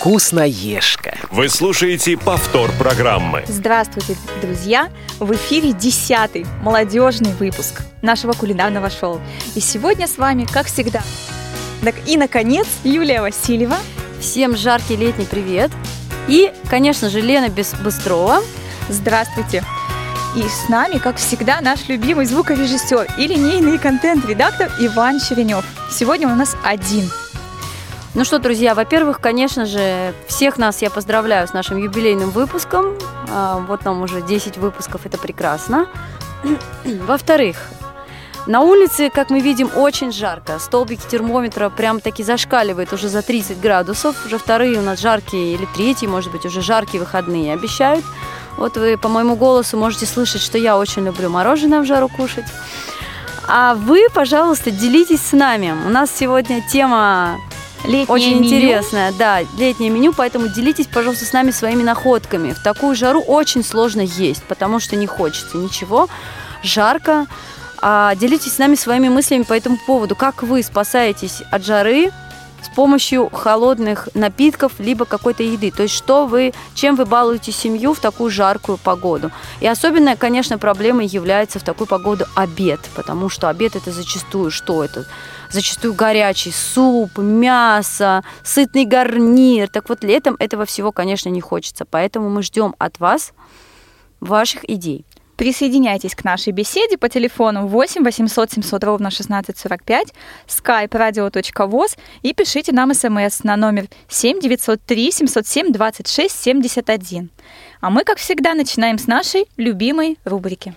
Вкусноежка. Вы слушаете повтор программы. Здравствуйте, друзья! В эфире 10-й молодежный выпуск нашего кулинарного шоу. И сегодня с вами, как всегда, и, наконец, Юлия Васильева. Всем жаркий летний привет. И, конечно же, Лена Быстрова. Здравствуйте! И с нами, как всегда, наш любимый звукорежиссер и линейный контент-редактор Иван Черенев. Сегодня он у нас один. Ну что, друзья, во-первых, конечно же, всех нас я поздравляю с нашим юбилейным выпуском. Вот нам уже 10 выпусков, это прекрасно. Во-вторых, на улице, как мы видим, очень жарко. Столбики термометра прям-таки зашкаливают уже за 30 градусов. Уже вторые у нас жаркие, или третьи, может быть, уже жаркие выходные обещают. Вот вы по моему голосу можете слышать, что я очень люблю мороженое в жару кушать. А вы, пожалуйста, делитесь с нами. У нас сегодня тема летнее очень меню. интересная. Да, летнее меню, поэтому делитесь, пожалуйста, с нами своими находками. В такую жару очень сложно есть, потому что не хочется ничего. Жарко. Делитесь с нами своими мыслями по этому поводу. Как вы спасаетесь от жары с помощью холодных напитков либо какой-то еды? То есть чем вы балуете семью в такую жаркую погоду? И особенная, конечно, проблемой является в такую погоду обед, потому что обед это зачастую что это? Зачастую горячий суп, мясо, сытный гарнир. Так вот, летом этого всего, конечно, не хочется. Поэтому мы ждем от вас ваших идей. Присоединяйтесь к нашей беседе по телефону 8 800 700 ровно 1645, skype radio.voz и пишите нам смс на номер 7 903 707 26 71. А мы, как всегда, начинаем с нашей любимой рубрики.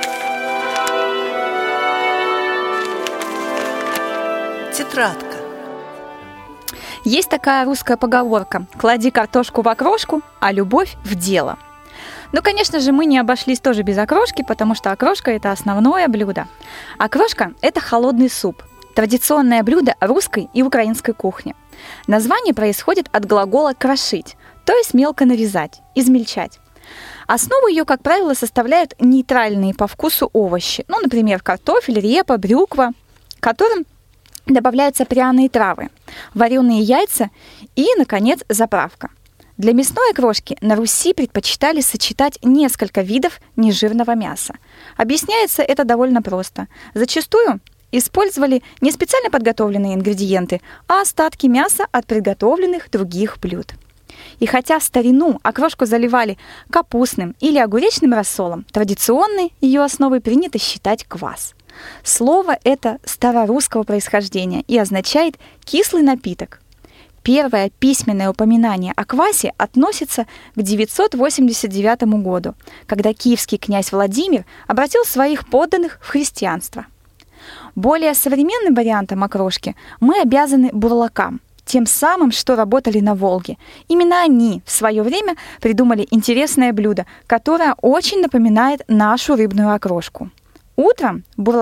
Тетрадка. Есть такая русская поговорка: «Клади картошку в окрошку, а любовь в дело». Ну, конечно же, мы не обошлись тоже без окрошки, потому что окрошка – это основное блюдо. Окрошка – это холодный суп, традиционное блюдо русской и украинской кухни. Название происходит от глагола «крошить», то есть мелко нарезать, измельчать. Основу ее, как правило, составляют нейтральные по вкусу овощи, ну, например, картофель, репа, брюква, к которым добавляются пряные травы, вареные яйца и, наконец, заправка. Для мясной окрошки на Руси предпочитали сочетать несколько видов нежирного мяса. Объясняется это довольно просто. Зачастую использовали не специально подготовленные ингредиенты, а остатки мяса от приготовленных других блюд. И хотя в старину окрошку заливали капустным или огуречным рассолом, традиционной ее основой принято считать квас. Слово это старорусского происхождения и означает «кислый напиток». Первое письменное упоминание о квасе относится к 989 году, когда киевский князь Владимир обратил своих подданных в христианство. Более современным вариантом окрошки мы обязаны бурлакам, тем самым, что работали на Волге. Именно они в свое время придумали интересное блюдо, которое очень напоминает нашу рыбную окрошку. Утром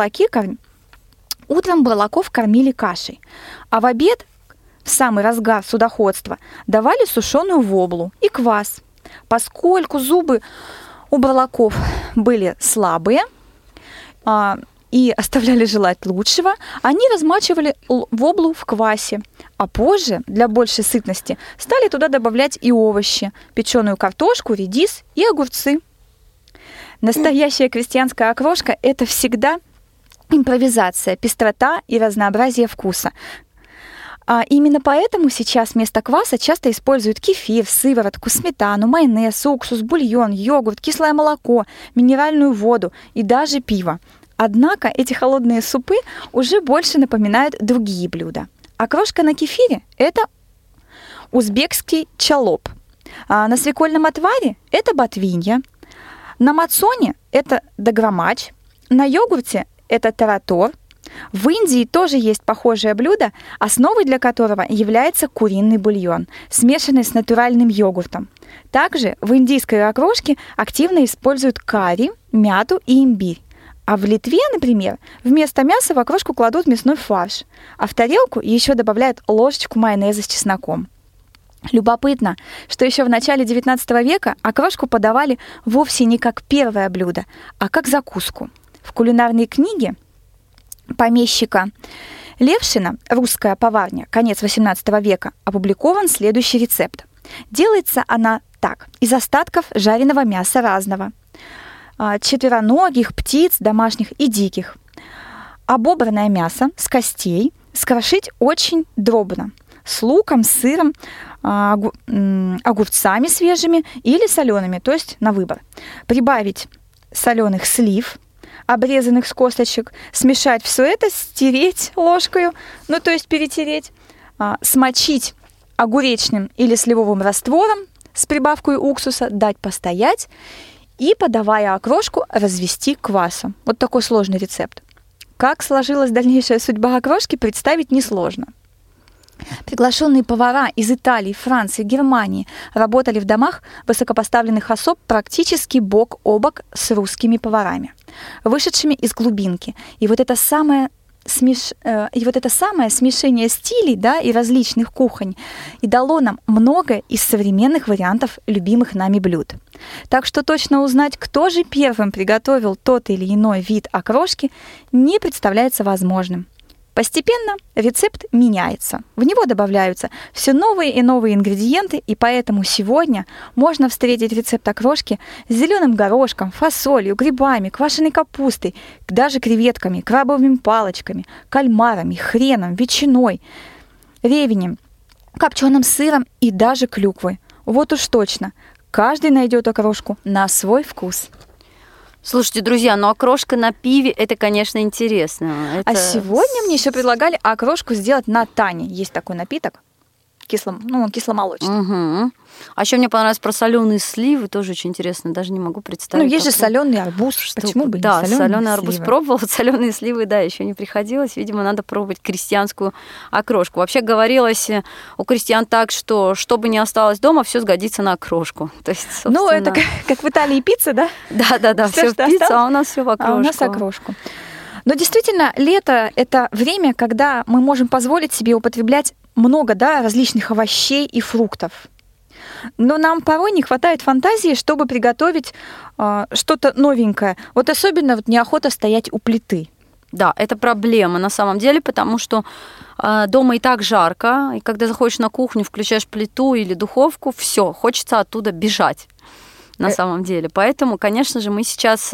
бурлаков кормили кашей, а в обед в самый разгар судоходства давали сушеную воблу и квас. Поскольку зубы у бурлаков были слабые и оставляли желать лучшего, они размачивали воблу в квасе, а позже для большей сытности стали туда добавлять и овощи, печеную картошку, редис и огурцы. Настоящая крестьянская окрошка – это всегда импровизация, пестрота и разнообразие вкуса. Именно поэтому сейчас вместо кваса часто используют кефир, сыворотку, сметану, майонез, уксус, бульон, йогурт, кислое молоко, минеральную воду и даже пиво. Однако эти холодные супы уже больше напоминают другие блюда. Окрошка на кефире – это узбекский чалоп. На свекольном отваре – это ботвинья. На мацоне – это даграмач. На йогурте – это таратор. В Индии тоже есть похожее блюдо, основой для которого является куриный бульон, смешанный с натуральным йогуртом. Также в индийской окрошке активно используют карри, мяту и имбирь. А в Литве, например, вместо мяса в окрошку кладут мясной фарш, а в тарелку еще добавляют ложечку майонеза с чесноком. Любопытно, что еще в начале XIX века окрошку подавали вовсе не как первое блюдо, а как закуску. В кулинарной книге помещика Левшина «Русская поварня. Конец XVIII века» опубликован следующий рецепт. Делается она так, из остатков жареного мяса разного, четвероногих, птиц, домашних и диких. Обобранное мясо с костей скрошить очень дробно, с луком, сыром, огурцами свежими или солеными, то есть на выбор. Прибавить соленых слив, обрезанных с косточек, смешать все это, стереть ложкой, то есть перетереть, смочить огуречным или сливовым раствором с прибавкой уксуса, дать постоять и, подавая окрошку, развести квасом. Вот такой сложный рецепт. Как сложилась дальнейшая судьба окрошки, представить несложно. Приглашенные повара из Италии, Франции, Германии работали в домах высокопоставленных особ практически бок о бок с русскими поварами, вышедшими из глубинки. И вот это самое смешение стилей, да, и различных кухонь и дало нам много из современных вариантов любимых нами блюд. Так что точно узнать, кто же первым приготовил тот или иной вид окрошки, не представляется возможным. Постепенно рецепт меняется. В него добавляются все новые и новые ингредиенты, и поэтому сегодня можно встретить рецепт окрошки с зеленым горошком, фасолью, грибами, квашеной капустой, даже креветками, крабовыми палочками, кальмарами, хреном, ветчиной, ревенем, копченым сыром и даже клюквой. Вот уж точно, каждый найдет окрошку на свой вкус. Слушайте, друзья, окрошка на пиве, это, конечно, интересно. А сегодня мне еще предлагали окрошку сделать на тане. Есть такой напиток, кисломолочный. Угу. А еще мне понравилось про соленые сливы, тоже очень интересно, даже не могу представить. Есть же соленый арбуз, почему бы не соленый арбуз пробовала, соленые сливы, еще не приходилось. Видимо, надо пробовать крестьянскую окрошку. Вообще говорилось у крестьян так, что бы ни осталось дома, все сгодится на окрошку. То есть, собственно... это как в Италии пицца, да? Да, все в пиццу, а у нас все в окрошку. А у нас окрошку. Но действительно, лето – это время, когда мы можем позволить себе употреблять много, различных овощей и фруктов. Но нам порой не хватает фантазии, чтобы приготовить что-то новенькое. Вот особенно неохота стоять у плиты. Да, это проблема на самом деле, потому что дома и так жарко, и когда заходишь на кухню, включаешь плиту или духовку, все, хочется оттуда бежать на самом деле. Поэтому, конечно же, мы сейчас...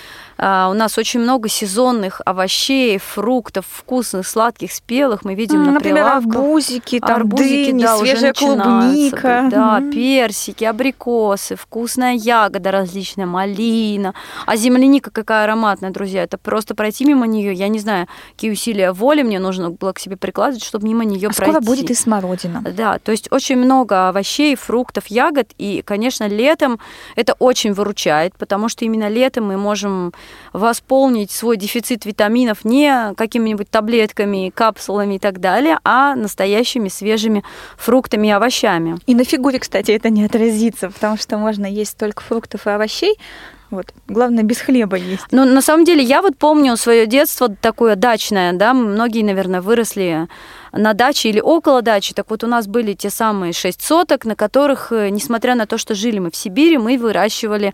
У нас очень много сезонных овощей, фруктов, вкусных, сладких, спелых. Мы видим на прилавках. Например, арбузики, дыни, свежая клубника. Да, персики, абрикосы, вкусная ягода различная, малина. А земляника какая ароматная, друзья. Это просто пройти мимо нее. Я не знаю, какие усилия воли мне нужно было к себе прикладывать, чтобы мимо нее пройти. Скоро будет и смородина. Да, то есть очень много овощей, фруктов, ягод. И, конечно, летом это очень выручает, потому что именно летом мы можем восполнить свой дефицит витаминов не какими-нибудь таблетками, капсулами и так далее, а настоящими свежими фруктами и овощами. И на фигуре, кстати, это не отразится, потому что можно есть только фруктов и овощей. Главное, без хлеба есть. Но на самом деле я помню свое детство такое дачное, да, многие, наверное, выросли на даче или около дачи. Так вот, у нас были те самые 6 соток, на которых, несмотря на то, что жили мы в Сибири, мы выращивали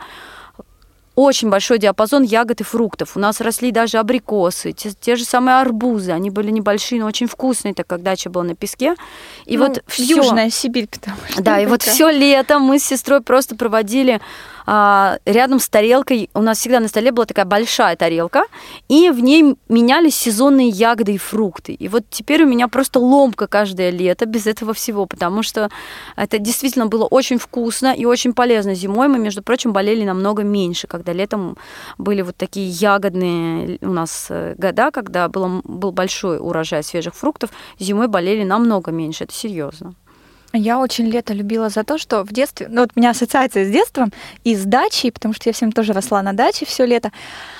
очень большой диапазон ягод и фруктов. У нас росли даже абрикосы, те же самые арбузы. Они были небольшие, но очень вкусные, так как дача была на песке. И всё... Южная Сибирь, потому что... Да, и все лето мы с сестрой просто проводили рядом с тарелкой. У нас всегда на столе была такая большая тарелка, и в ней менялись сезонные ягоды и фрукты. И теперь у меня просто ломка каждое лето без этого всего, потому что это действительно было очень вкусно и очень полезно. Зимой мы, между прочим, болели намного меньше, когда летом были такие ягодные у нас года, когда был большой урожай свежих фруктов, зимой болели намного меньше. Это серьезно. Я очень лето любила за то, что в детстве... у меня ассоциация с детством и с дачей, потому что я всем тоже росла на даче все лето.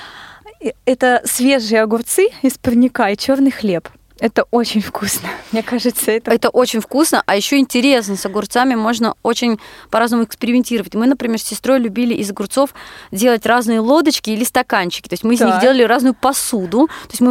Это свежие огурцы из парника и черный хлеб. Это очень вкусно. Мне кажется, это очень вкусно, а еще интересно. С огурцами можно очень по-разному экспериментировать. Мы, например, с сестрой любили из огурцов делать разные лодочки или стаканчики. То есть мы из них делали разную посуду. То есть мы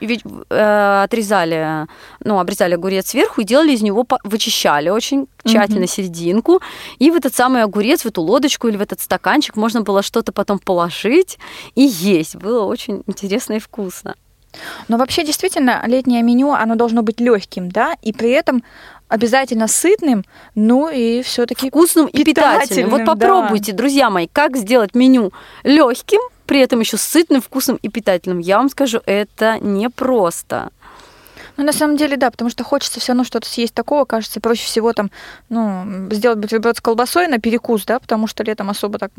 обрезали огурец сверху и делали из него, вычищали очень тщательно серединку. И в этот самый огурец, в эту лодочку или в этот стаканчик можно было что-то потом положить и есть. Было очень интересно и вкусно. Но вообще действительно летнее меню, оно должно быть легким, да, и при этом обязательно сытным, ну и все-таки вкусным и питательным. Вот попробуйте, да, друзья мои, как сделать меню легким, при этом еще сытным, вкусным и питательным. Я вам скажу, это непросто. Ну, на самом деле, да, потому что хочется все равно что-то съесть такого, кажется, проще всего там, сделать бутерброд с колбасой на перекус, да, потому что летом особо так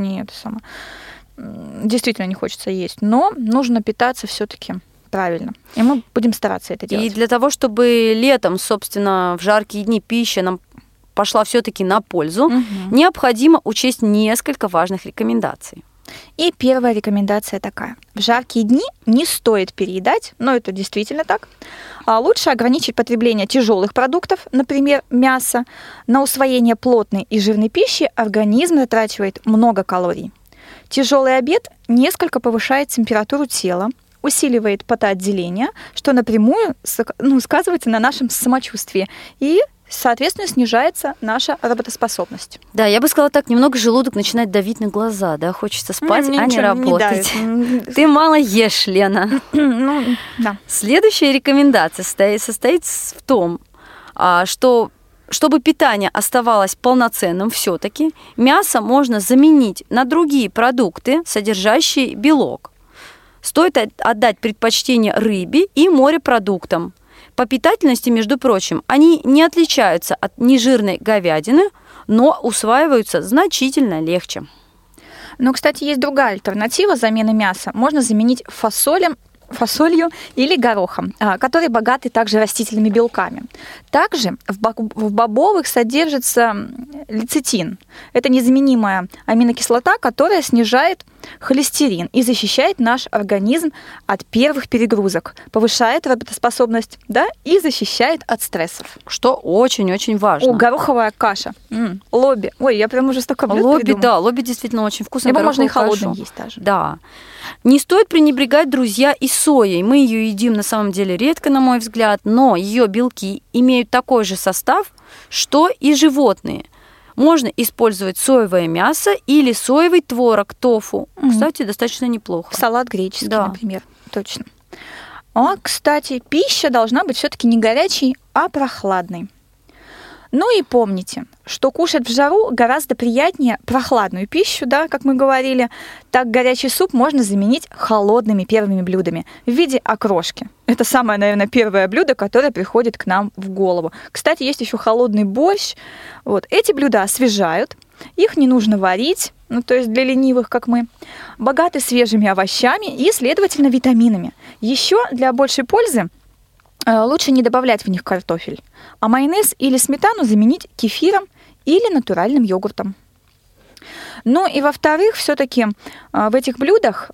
действительно не хочется есть. Но нужно питаться все-таки правильно. И мы будем стараться это делать. И для того, чтобы летом, собственно, в жаркие дни пища нам пошла все-таки на пользу, необходимо учесть несколько важных рекомендаций. И первая рекомендация такая. В жаркие дни не стоит переедать, но это действительно так. Лучше ограничить потребление тяжелых продуктов, например, мяса. На усвоение плотной и жирной пищи организм затрачивает много калорий. Тяжелый обед несколько повышает температуру тела, усиливает потоотделение, что напрямую сказывается на нашем самочувствии и, соответственно, снижается наша работоспособность. Да, я бы сказала так, немного желудок начинает давить на глаза, да, хочется спать, а не работать. Ты мало ешь, Лена. Да. Следующая рекомендация состоит в том, что чтобы питание оставалось полноценным все-таки, мясо можно заменить на другие продукты, содержащие белок. Стоит отдать предпочтение рыбе и морепродуктам. По питательности, между прочим, они не отличаются от нежирной говядины, но усваиваются значительно легче. Но, кстати, есть другая альтернатива замены мяса. Можно заменить фасолью или горохом, которые богаты также растительными белками. Также в бобовых содержится лецитин. Это незаменимая аминокислота, которая снижает холестерин и защищает наш организм от первых перегрузок, повышает работоспособность, да, и защищает от стрессов. Что очень-очень важно. Гороховая каша. Лобби. Ой, я прям уже столько блюд придумала. Да, лобби действительно очень вкусно. Его можно и холодным есть даже. Да. Не стоит пренебрегать, друзья, и соей. Мы ее едим на самом деле редко, на мой взгляд, но ее белки имеют такой же состав, что и животные. Можно использовать соевое мясо или соевый творог, тофу. Кстати, достаточно неплохо. Салат греческий, например. Точно. Кстати, пища должна быть все-таки не горячей, а прохладной. Ну и помните, что кушать в жару гораздо приятнее прохладную пищу, да, как мы говорили. Так горячий суп можно заменить холодными первыми блюдами в виде окрошки. Это самое, наверное, первое блюдо, которое приходит к нам в голову. Кстати, есть еще холодный борщ. Вот. Эти блюда освежают, их не нужно варить, то есть для ленивых, как мы. Богаты свежими овощами и, следовательно, витаминами. Еще для большей пользы лучше не добавлять в них картофель, а майонез или сметану заменить кефиром или натуральным йогуртом. Ну и во-вторых, все-таки в этих блюдах,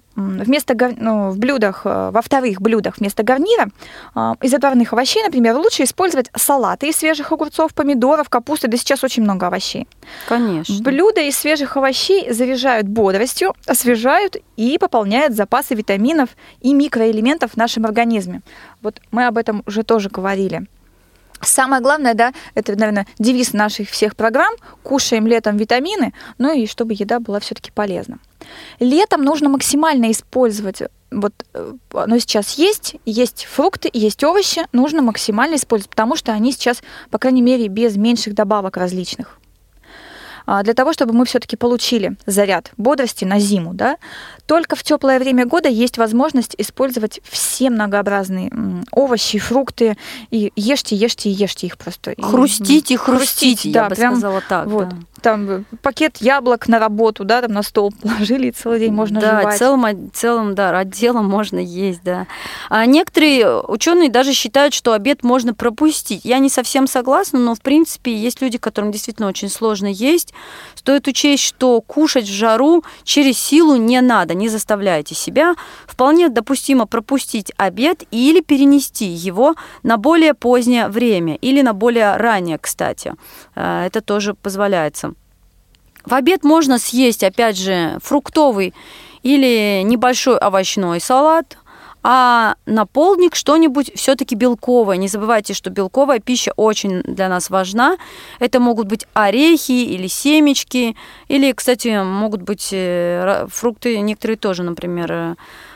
во вторых блюдах вместо гарнира из отварных овощей, например, лучше использовать салаты из свежих огурцов, помидоров, капусты, да сейчас очень много овощей. Конечно. Блюда из свежих овощей заряжают бодростью, освежают и пополняют запасы витаминов и микроэлементов в нашем организме. Вот мы об этом уже тоже говорили. Самое главное, да, это, наверное, девиз наших всех программ: кушаем летом витамины, ну и чтобы еда была все-таки полезна. Летом нужно максимально использовать, оно сейчас есть фрукты, есть овощи, нужно максимально использовать, потому что они сейчас, по крайней мере, без меньших добавок различных. Для того, чтобы мы все-таки получили заряд бодрости на зиму, да, только в теплое время года есть возможность использовать все многообразные овощи, фрукты, и ешьте их просто. Хрустите, я бы сказала так. Вот. Да. Там пакет яблок на работу, да, там на стол положили, и целый день можно жевать. Целым отделом можно есть, да. А некоторые ученые даже считают, что обед можно пропустить. Я не совсем согласна, но в принципе есть люди, которым действительно очень сложно есть. Стоит учесть, что кушать в жару через силу не надо, не заставляйте себя. Вполне допустимо пропустить обед или перенести его на более позднее время или на более раннее, кстати. Это тоже позволяется. В обед можно съесть, опять же, фруктовый или небольшой овощной салат, а на полдник что-нибудь все-таки белковое. Не забывайте, что белковая пища очень для нас важна. Это могут быть орехи или семечки, или, кстати, могут быть фрукты, некоторые тоже, например,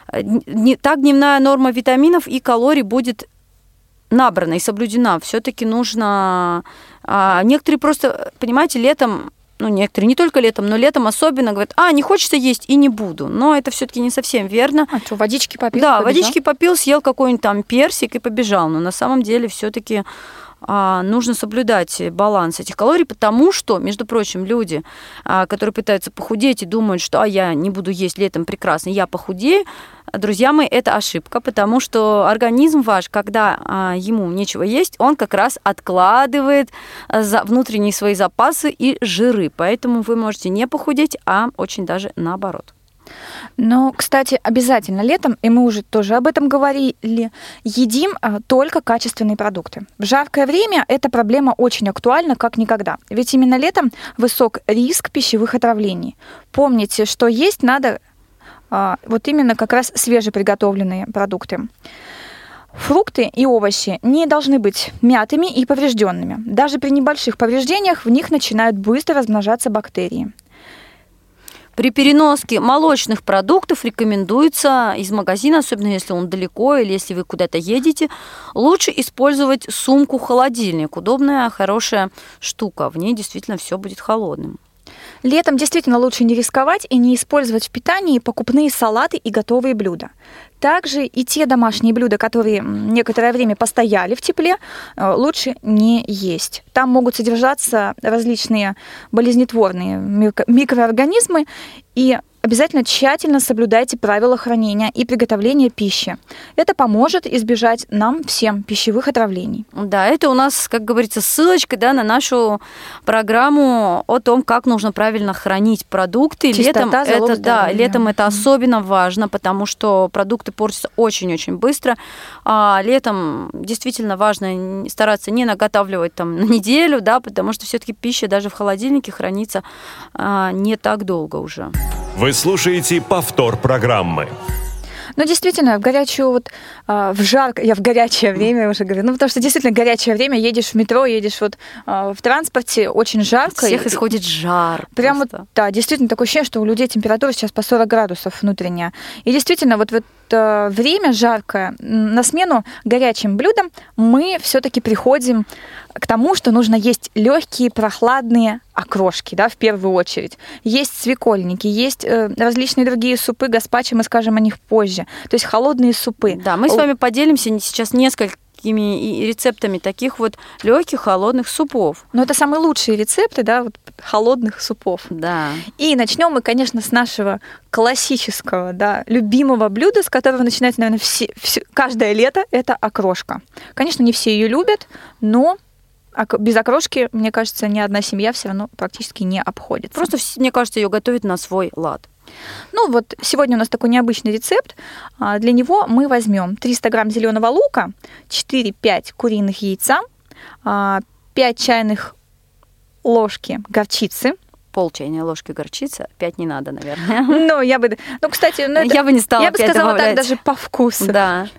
так дневная норма витаминов и калорий будет набрана и соблюдена. Все-таки нужно... Некоторые просто, понимаете, летом, некоторые не только летом, но летом особенно говорят, не хочется есть и не буду. Но это все-таки не совсем верно. Что, водички попил? Да, побежал? водички попил, съел какой-нибудь там персик и побежал. Но на самом деле все-таки нужно соблюдать баланс этих калорий, потому что, между прочим, люди, которые пытаются похудеть и думают, что я не буду есть летом прекрасно, я похудею, друзья мои, это ошибка, потому что организм ваш, когда ему нечего есть, он как раз откладывает внутренние свои запасы и жиры, поэтому вы можете не похудеть, а очень даже наоборот. Но, кстати, обязательно летом, и мы уже тоже об этом говорили, едим только качественные продукты. В жаркое время эта проблема очень актуальна, как никогда. Ведь именно летом высок риск пищевых отравлений. Помните, что есть надо вот именно как раз свежеприготовленные продукты. Фрукты и овощи не должны быть мятыми и поврежденными. Даже при небольших повреждениях в них начинают быстро размножаться бактерии. При переноске молочных продуктов рекомендуется из магазина, особенно если он далеко или если вы куда-то едете, лучше использовать сумку-холодильник. Удобная, хорошая штука. В ней действительно все будет холодным. Летом действительно лучше не рисковать и не использовать в питании покупные салаты и готовые блюда. Также и те домашние блюда, которые некоторое время постояли в тепле, лучше не есть. Там могут содержаться различные болезнетворные микроорганизмы, и обязательно тщательно соблюдайте правила хранения и приготовления пищи. Это поможет избежать нам всем пищевых отравлений. Да, это у нас, как говорится, ссылочка на нашу программу о том, как нужно правильно хранить продукты. Летом это особенно важно, потому что продукты портятся очень-очень быстро. Летом действительно важно стараться не наготавливать на неделю, потому что все-таки пища даже в холодильнике хранится не так долго уже. Вы слушаете повтор программы. Действительно, в горячее время уже говорю, потому что действительно горячее время, едешь в метро, едешь в транспорте, очень жарко. Всех исходит жар. Прямо, действительно, такое ощущение, что у людей температура сейчас по 40 градусов внутренняя. И действительно, в это время жаркое, на смену горячим блюдам мы все-таки приходим к тому, что нужно есть легкие, прохладные окрошки, в первую очередь. Есть свекольники, есть различные другие супы, гаспачо, мы скажем о них позже. То есть холодные супы. Да, мы с вами поделимся сейчас несколькими рецептами таких легких холодных супов. Но это самые лучшие рецепты, холодных супов. Да. И начнем мы, конечно, с нашего классического, любимого блюда, с которого начинается, наверное, каждое лето, это окрошка. Конечно, не все ее любят, но без окрошки, мне кажется, ни одна семья все равно практически не обходится. Просто, мне кажется, ее готовят на свой лад. Сегодня у нас такой необычный рецепт. Для него мы возьмем 300 грамм зеленого лука, 4-5 куриных яйца, 5 чайных ложки горчицы. Пол чайной ложки горчицы, 5 не надо, наверное. Я бы не стала. Я бы сказала добавлять. так, даже по вкусу. Да.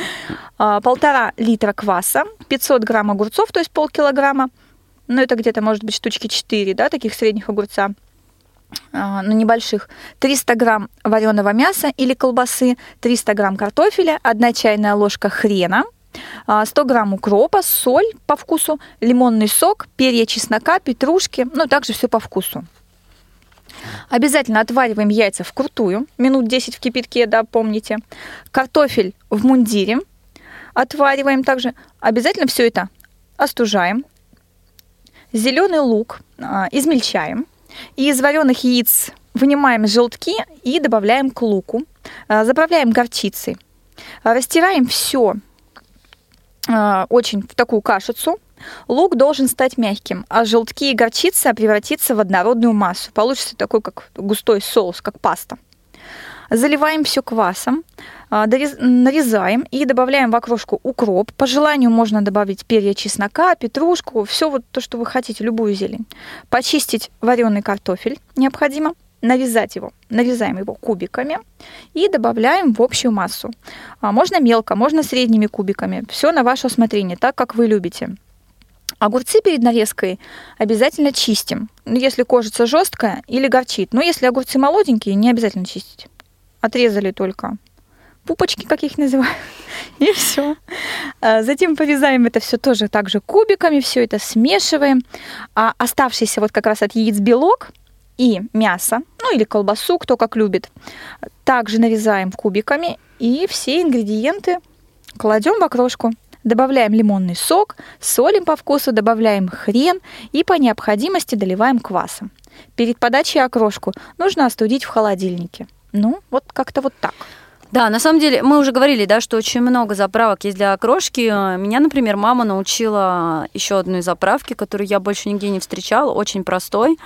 1,5 литра кваса, 500 грамм огурцов, то есть полкилограмма. Это где-то, может быть, штучки 4, таких средних огурца, небольших. 300 грамм вареного мяса или колбасы, 300 грамм картофеля, 1 чайная ложка хрена, 100 грамм укропа, соль по вкусу, лимонный сок, перья чеснока, петрушки, также все по вкусу. Обязательно отвариваем яйца вкрутую, минут 10 в кипятке, помните. Картофель в мундире отвариваем также. Обязательно все это остужаем. Зеленый лук измельчаем. И из вареных яиц вынимаем желтки и добавляем к луку. Заправляем горчицей. Растираем все очень в такую кашицу. Лук должен стать мягким, а желтки и горчица превратиться в однородную массу. Получится такой, как густой соус, как паста. Заливаем все квасом, нарезаем и добавляем в окрошку укроп. По желанию можно добавить перья чеснока, петрушку, все то, что вы хотите, любую зелень. Почистить вареный картофель необходимо, нарезаем его кубиками и добавляем в общую массу. Можно мелко, можно средними кубиками. Все на ваше усмотрение, так, как вы любите. Огурцы перед нарезкой обязательно чистим, если кожица жесткая или горчит. Но если огурцы молоденькие, не обязательно чистить. Отрезали только пупочки, как я их называю, и все. Затем порезаем это все тоже также кубиками, все это смешиваем. А оставшийся вот как раз от яиц белок и мясо, ну или колбасу, кто как любит, также нарезаем кубиками и все ингредиенты кладем в окрошку. Добавляем лимонный сок, солим по вкусу, добавляем хрен и по необходимости доливаем квасом. Перед подачей окрошку нужно остудить в холодильнике. Ну, вот как-то вот так. Да, на самом деле, мы уже говорили, да, что очень много заправок есть для окрошки. Меня, например, мама научила еще одной заправке, которую я больше нигде не встречала, очень простой.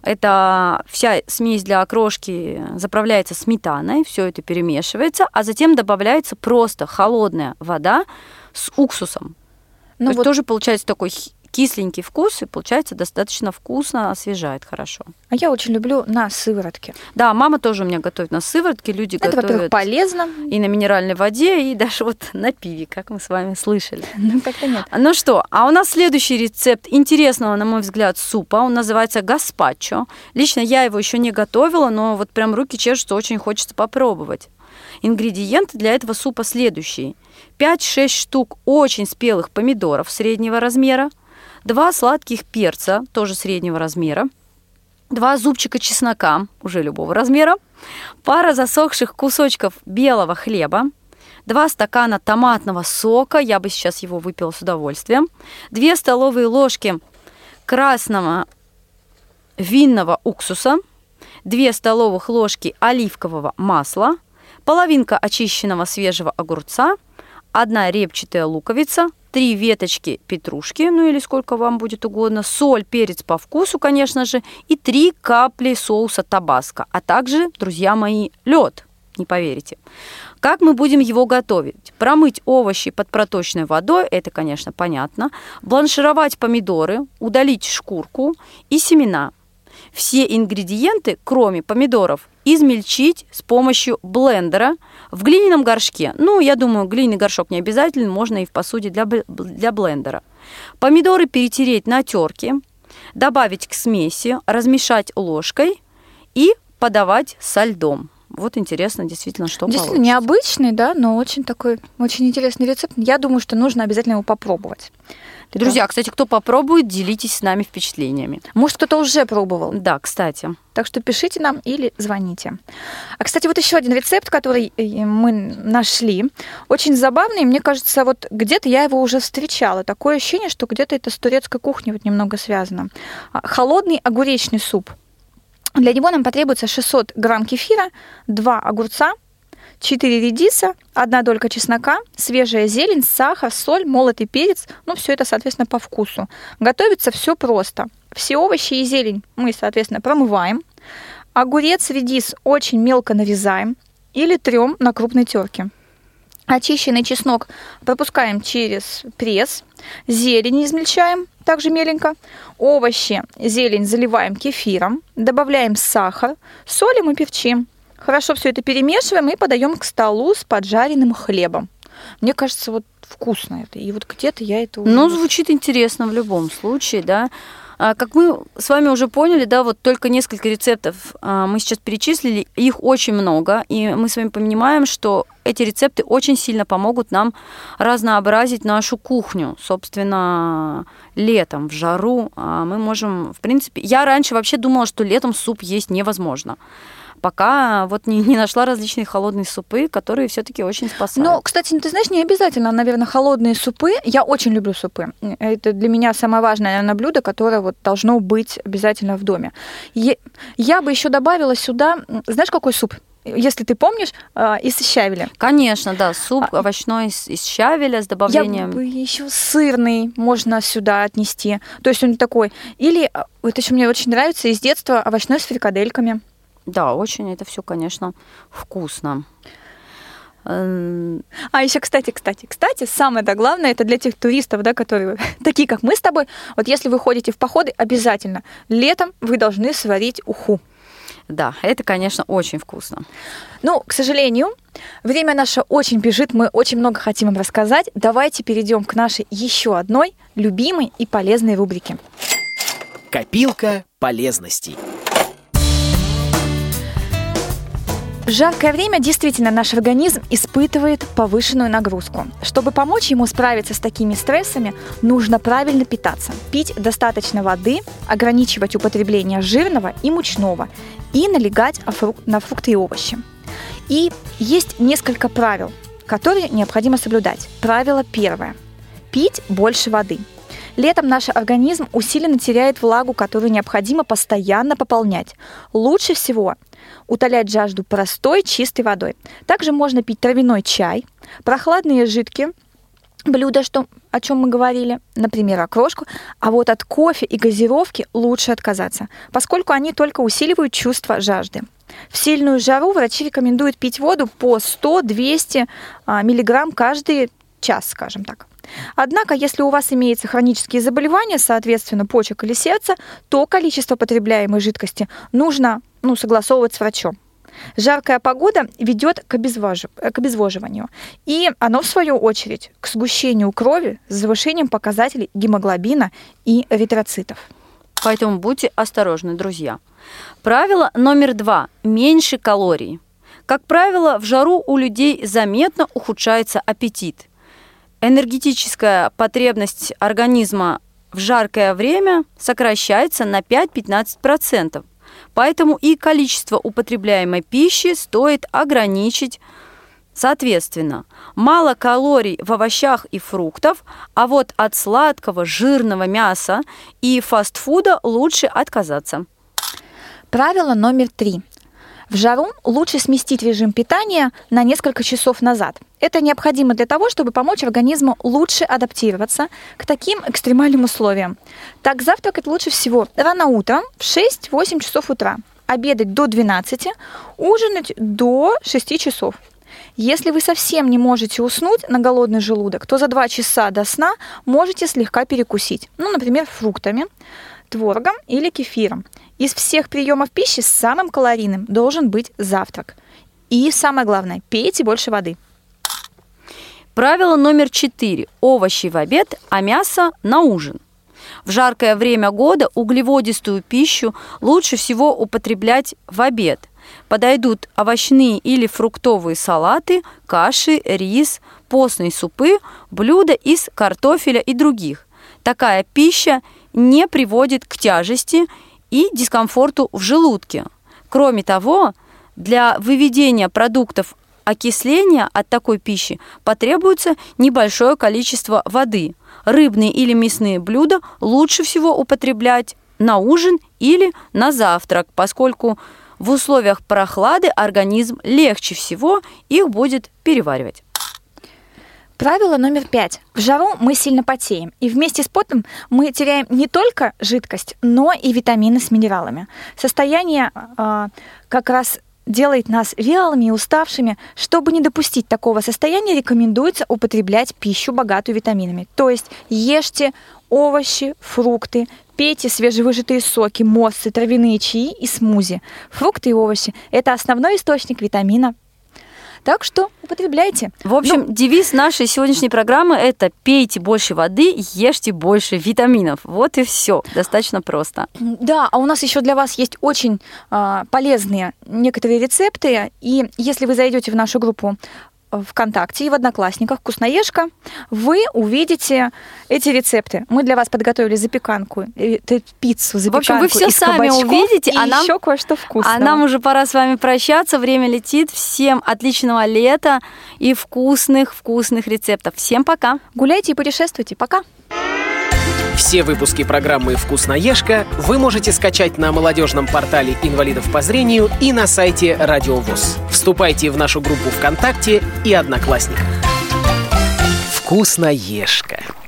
Это вся смесь для окрошки заправляется сметаной, все это перемешивается, а затем добавляется просто холодная вода с уксусом. То есть тоже получается такой кисленький вкус, и получается достаточно вкусно, освежает хорошо. А я очень люблю на сыворотке. Да, мама тоже у меня готовит на сыворотке, люди это, готовят, во-первых, полезно. И на минеральной воде, и даже вот на пиве, как мы с вами слышали. Ну, как-то нет. Ну что, а у нас следующий рецепт интересного, на мой взгляд, супа. Он называется гаспачо. Лично я его еще не готовила, но вот прям руки чешутся, очень хочется попробовать. Ингредиенты для этого супа следующие. 5-6 штук очень спелых помидоров среднего размера, 2 сладких перца, тоже среднего размера, 2 зубчика чеснока, уже любого размера, пара засохших кусочков белого хлеба, 2 стакана томатного сока, я бы сейчас его выпила с удовольствием, 2 столовые ложки красного винного уксуса, 2 столовых ложки оливкового масла, половинка очищенного свежего огурца, 1 репчатая луковица, 3 веточки петрушки, ну или сколько вам будет угодно, соль, перец по вкусу, конечно же, и 3 капли соуса табаско, а также, друзья мои, лед, не поверите. Как мы будем его готовить? Промыть овощи под проточной водой, это, конечно, понятно, бланшировать помидоры, удалить шкурку и семена. Все ингредиенты, кроме помидоров, измельчить с помощью блендера в глиняном горшке. Ну, я думаю, глиняный горшок не обязательно, можно и в посуде для блендера. Помидоры перетереть на терке, добавить к смеси, размешать ложкой и подавать со льдом. Вот интересно, действительно, что действительно получится. Необычный, да, но очень такой, очень интересный рецепт. Я думаю, что нужно обязательно его попробовать. Друзья, кстати, кто попробует, делитесь с нами впечатлениями. Может, кто-то уже пробовал. Да, кстати. Так что пишите нам или звоните. А, кстати, вот еще один рецепт, который мы нашли, очень забавный. Мне кажется, вот где-то я его уже встречала. Такое ощущение, что где-то это с турецкой кухней вот немного связано. Холодный огуречный суп. Для него нам потребуется 600 грамм кефира, 2 огурца, 4 редиса, 1 долька чеснока, свежая зелень, сахар, соль, молотый перец. Ну, все это, соответственно, по вкусу. Готовится все просто. Все овощи и зелень мы, соответственно, промываем. Огурец, редис очень мелко нарезаем или трем на крупной терке. Очищенный чеснок пропускаем через пресс. Зелень измельчаем также меленько. Овощи, зелень заливаем кефиром. Добавляем сахар, солим и перчим. Хорошо все это перемешиваем и подаем к столу с поджаренным хлебом. Мне кажется, вот вкусно это. И вот где-то я это уже... Ну, звучит интересно в любом случае, да. Как мы с вами уже поняли, да, вот только несколько рецептов мы сейчас перечислили, их очень много, и мы с вами понимаем, что эти рецепты очень сильно помогут нам разнообразить нашу кухню. Собственно, летом в жару мы можем, в принципе... Я раньше вообще думала, что летом суп есть невозможно, пока вот не нашла различные холодные супы, которые все-таки очень спасают. Ну, кстати, ты знаешь, не обязательно, наверное, холодные супы. Я очень люблю супы. Это для меня самое важное, наверное, блюдо, которое вот должно быть обязательно в доме. Я бы еще добавила сюда, знаешь, какой суп? Если ты помнишь, из щавеля. Конечно, да, суп овощной из щавеля с добавлением... Я бы еще сырный можно сюда отнести. То есть он такой. Или, вот еще мне очень нравится из детства овощной с фрикадельками. Да, очень это все, конечно, вкусно. А еще, кстати, самое главное, это для тех туристов, да, которые такие, как мы с тобой. Вот если вы ходите в походы, обязательно летом вы должны сварить уху. Да, это, конечно, очень вкусно. Ну, к сожалению, время наше очень бежит, мы очень много хотим вам рассказать. Давайте перейдем к нашей еще одной любимой и полезной рубрике. Копилка полезностей. В жаркое время действительно наш организм испытывает повышенную нагрузку. Чтобы помочь ему справиться с такими стрессами, нужно правильно питаться, пить достаточно воды, ограничивать употребление жирного и мучного и налегать на фрукты и овощи. И есть несколько правил, которые необходимо соблюдать. Правило первое. Пить больше воды. Летом наш организм усиленно теряет влагу, которую необходимо постоянно пополнять. Лучше всего утолять жажду простой, чистой водой. Также можно пить травяной чай, прохладные жидкие блюда, о чем мы говорили, например, окрошку. А вот от кофе и газировки лучше отказаться, поскольку они только усиливают чувство жажды. В сильную жару врачи рекомендуют пить воду по 100-200 мг каждый час, скажем так. Однако, если у вас имеются хронические заболевания, соответственно, почек или сердца, то количество потребляемой жидкости нужно согласовывать с врачом. Жаркая погода ведет к обезвоживанию, и оно, в свою очередь, к сгущению крови с завышением показателей гемоглобина и эритроцитов. Поэтому будьте осторожны, друзья. Правило номер 2. Меньше калорий. Как правило, в жару у людей заметно ухудшается аппетит. Энергетическая потребность организма в жаркое время сокращается на 5-15%. Поэтому и количество употребляемой пищи стоит ограничить соответственно. Мало калорий в овощах и фруктах, а вот от сладкого, жирного мяса и фастфуда лучше отказаться. Правило номер 3. В жару лучше сместить режим питания на несколько часов назад. Это необходимо для того, чтобы помочь организму лучше адаптироваться к таким экстремальным условиям. Так, завтракать лучше всего рано утром в 6-8 часов утра, обедать до 12, ужинать до 6 часов. Если вы совсем не можете уснуть на голодный желудок, то за 2 часа до сна можете слегка перекусить, например, фруктами, творогом или кефиром. Из всех приемов пищи самым калорийным должен быть завтрак. И самое главное, пейте больше воды. Правило номер 4. Овощи в обед, а мясо на ужин. В жаркое время года углеводистую пищу лучше всего употреблять в обед. Подойдут овощные или фруктовые салаты, каши, рис, постные супы, блюда из картофеля и других. Такая пища не приводит к тяжести и дискомфорту в желудке. Кроме того, для выведения продуктов окисления от такой пищи потребуется небольшое количество воды. Рыбные или мясные блюда лучше всего употреблять на ужин или на завтрак, поскольку в условиях прохлады организм легче всего их будет переваривать. Правило номер 5. В жару мы сильно потеем, и вместе с потом мы теряем не только жидкость, но и витамины с минералами. Состояние как раз делает нас вялыми и уставшими. Чтобы не допустить такого состояния, рекомендуется употреблять пищу, богатую витаминами. То есть ешьте овощи, фрукты, пейте свежевыжатые соки, моссы, травяные чаи и смузи. Фрукты и овощи – это основной источник витамина. Так что употребляйте. В общем, девиз нашей сегодняшней программы – это «пейте больше воды, ешьте больше витаминов». Вот и все. Достаточно просто. Да, а у нас еще для вас есть очень полезные некоторые рецепты. И если вы зайдете в нашу группу ВКонтакте и в Одноклассниках «Вкусноежка», вы увидите эти рецепты. Мы для вас подготовили запеканку, пиццу, запеканку. В общем, вы все из сами увидите, и еще кое-что вкусное. А нам уже пора с вами прощаться. Время летит. Всем отличного лета и вкусных рецептов. Всем пока. Гуляйте и путешествуйте. Пока. Все выпуски программы «Вкусноежка» вы можете скачать на молодежном портале инвалидов по зрению и на сайте Радио ВОС. Вступайте в нашу группу ВКонтакте и Одноклассниках. «Вкусноежка».